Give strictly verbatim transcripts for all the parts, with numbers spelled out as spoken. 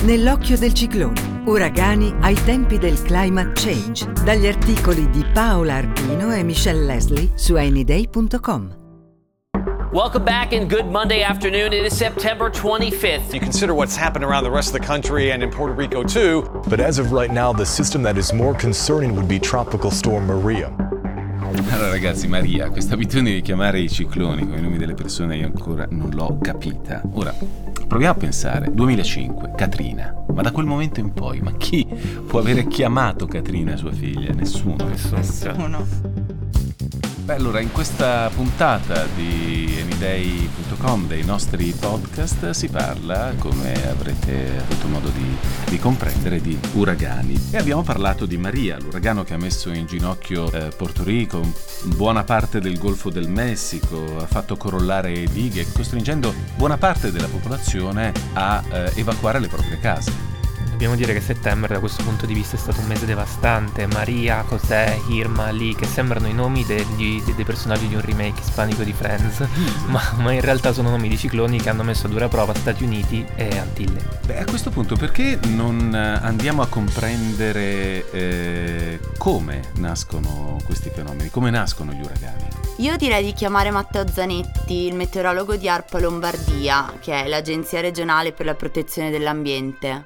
Nell'occhio del ciclone. Uragani ai tempi del climate change. Dagli articoli di Paola Arpino e Michelle Leslie su anyday punto com. Welcome back and good Monday afternoon. It is September twenty-fifth. You consider what's happened around the rest of the country and in Puerto Rico too. But as of right now, the system that is more concerning would be Tropical Storm Maria. Allora ragazzi, Maria, questa abitudine di chiamare i cicloni con i nomi delle persone io ancora non l'ho capita. Ora, proviamo a pensare, duemilacinque, Katrina. Ma da quel momento in poi, ma chi può avere chiamato Katrina sua figlia? Nessuno. Nessuno. Nessuno. Beh, allora, in questa puntata di anyday punto com dei nostri podcast si parla, come avrete avuto modo di, di comprendere, di uragani. E abbiamo parlato di Maria, l'uragano che ha messo in ginocchio eh, Porto Rico, buona parte del Golfo del Messico, ha fatto crollare dighe, costringendo buona parte della popolazione a eh, evacuare le proprie case. Dobbiamo dire che settembre da questo punto di vista è stato un mese devastante. Maria, José, Irma, Lee, che sembrano i nomi degli, dei personaggi di un remake ispanico di Friends, ma, ma in realtà sono nomi di cicloni che hanno messo a dura prova Stati Uniti e Antille. Beh, a questo punto perché non andiamo a comprendere eh, come nascono questi fenomeni, come nascono gli uragani? Io direi di chiamare Matteo Zanetti, il meteorologo di ARPA Lombardia, che è l'Agenzia regionale per la protezione dell'ambiente.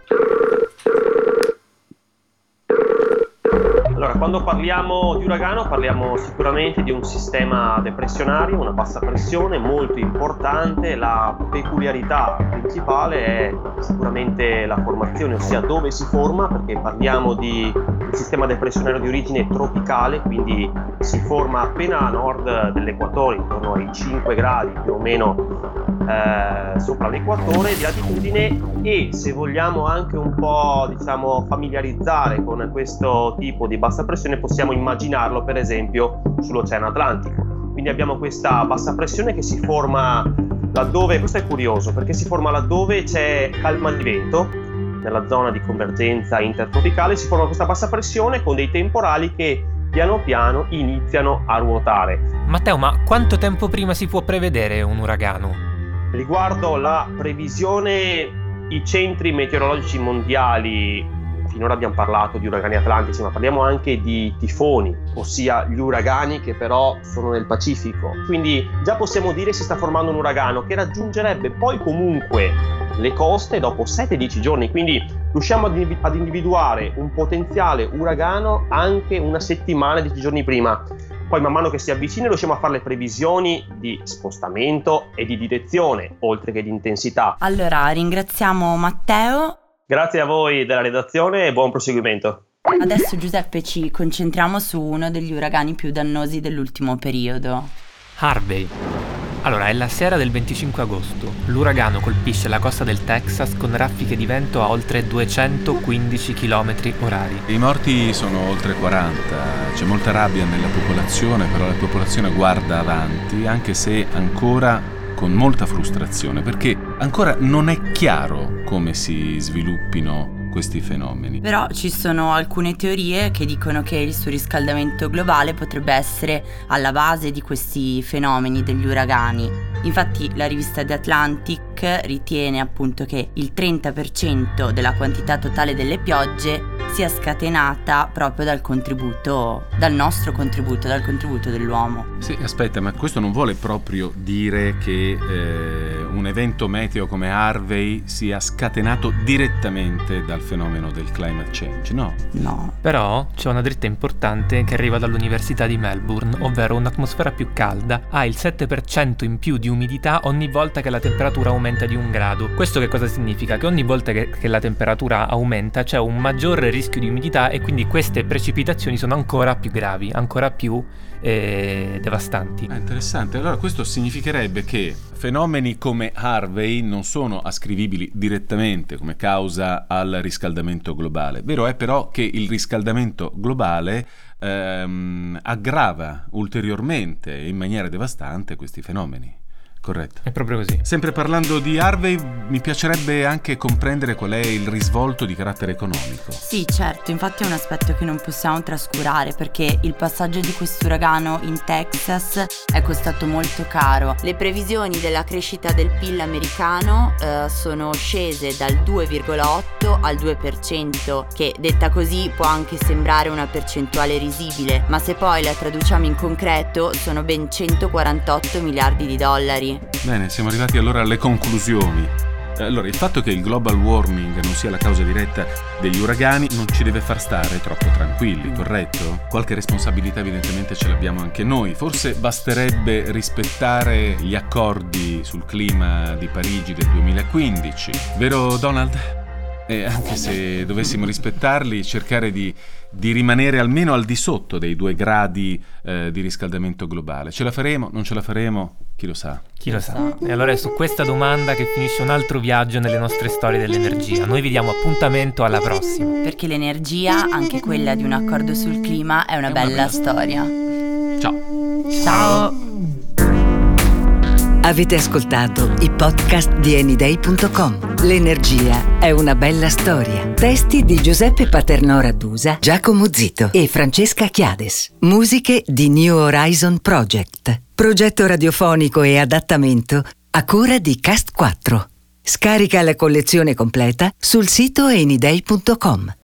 Allora, quando parliamo di uragano parliamo sicuramente di un sistema depressionario, una bassa pressione molto importante. La peculiarità principale è sicuramente la formazione, ossia dove si forma, perché parliamo di un sistema depressionario di origine tropicale, quindi si forma appena a nord dell'equatore, intorno ai cinque gradi più o meno eh, sopra l'equatore di latitudine, e se vogliamo anche un po', diciamo, familiarizzare con questo tipo di bassa pressione possiamo immaginarlo per esempio sull'Oceano Atlantico. Quindi abbiamo questa bassa pressione che si forma laddove, questo è curioso perché si forma laddove c'è calma di vento, nella zona di convergenza intertropicale si forma questa bassa pressione con dei temporali che piano piano iniziano a ruotare. Matteo, ma quanto tempo prima si può prevedere un uragano? Riguardo la previsione, i centri meteorologici mondiali, finora abbiamo parlato di uragani atlantici, ma parliamo anche di tifoni, ossia gli uragani che però sono nel Pacifico. Quindi già possiamo dire si sta formando un uragano che raggiungerebbe poi comunque le coste dopo sette dieci giorni, quindi riusciamo ad, ad individuare un potenziale uragano anche una settimana, dieci giorni prima. Poi man mano che si avvicina riusciamo a fare le previsioni di spostamento e di direzione, oltre che di intensità. Allora, ringraziamo Matteo. Grazie a voi della redazione e buon proseguimento. Adesso Giuseppe ci concentriamo su uno degli uragani più dannosi dell'ultimo periodo. Harvey. Allora, è la sera del venticinque agosto. L'uragano colpisce la costa del Texas con raffiche di vento a oltre duecentoquindici chilometri orari. I morti sono oltre quaranta, c'è molta rabbia nella popolazione, però la popolazione guarda avanti, anche se ancora con molta frustrazione, perché ancora non è chiaro come si sviluppino questi fenomeni. Però ci sono alcune teorie che dicono che il surriscaldamento globale potrebbe essere alla base di questi fenomeni degli uragani. Infatti la rivista The Atlantic ritiene appunto che il trenta per cento della quantità totale delle piogge sia scatenata proprio dal contributo, dal nostro contributo, dal contributo dell'uomo. Sì, aspetta, ma questo non vuole proprio dire che eh, un evento meteo come Harvey sia scatenato direttamente dal fenomeno del climate change, no? No. Però c'è una dritta importante che arriva dall'Università di Melbourne, ovvero un'atmosfera più calda ha il sette per cento in più di umidità ogni volta che la temperatura aumenta di un grado. Questo che cosa significa? Che ogni volta che, che la temperatura aumenta c'è un maggiore rischio di umidità e quindi queste precipitazioni sono ancora più gravi, ancora più eh, devastanti. È interessante. Allora questo significherebbe che fenomeni come Harvey non sono ascrivibili direttamente come causa al riscaldamento globale. Vero è però che il riscaldamento globale ehm, aggrava ulteriormente in maniera devastante questi fenomeni. corretto. È proprio così. Sempre parlando di Harvey, mi piacerebbe anche comprendere qual è il risvolto di carattere economico. Sì, certo, infatti è un aspetto che non possiamo trascurare, perché il passaggio di questo uragano in Texas è costato molto caro. Le previsioni della crescita del P I L americano eh, sono scese dal due virgola otto al due per cento, che detta così può anche sembrare una percentuale risibile, ma se poi la traduciamo in concreto sono ben centoquarantotto miliardi di dollari. Bene, siamo arrivati allora alle conclusioni. Allora, il fatto che il global warming non sia la causa diretta degli uragani non ci deve far stare troppo tranquilli, corretto? Qualche responsabilità evidentemente ce l'abbiamo anche noi. Forse basterebbe rispettare gli accordi sul clima di Parigi del duemilaquindici, vero Donald? E anche se dovessimo rispettarli, cercare di, di rimanere almeno al di sotto dei due gradi eh, di riscaldamento globale. Ce la faremo? Non ce la faremo? Chi lo sa? Chi lo sa? E allora è su questa domanda che finisce un altro viaggio nelle nostre storie dell'energia. Noi vi diamo appuntamento alla prossima. Perché l'energia, anche quella di un accordo sul clima, è una, È una bella, bella storia. Ciao! Ciao! Avete ascoltato i podcast di anyday punto com. L'energia è una bella storia. Testi di Giuseppe Paternò Raddusa, Giacomo Zito e Francesca Chiades. Musiche di New Horizon Project. Progetto radiofonico e adattamento a cura di Cast quattro. Scarica la collezione completa sul sito anyday punto com.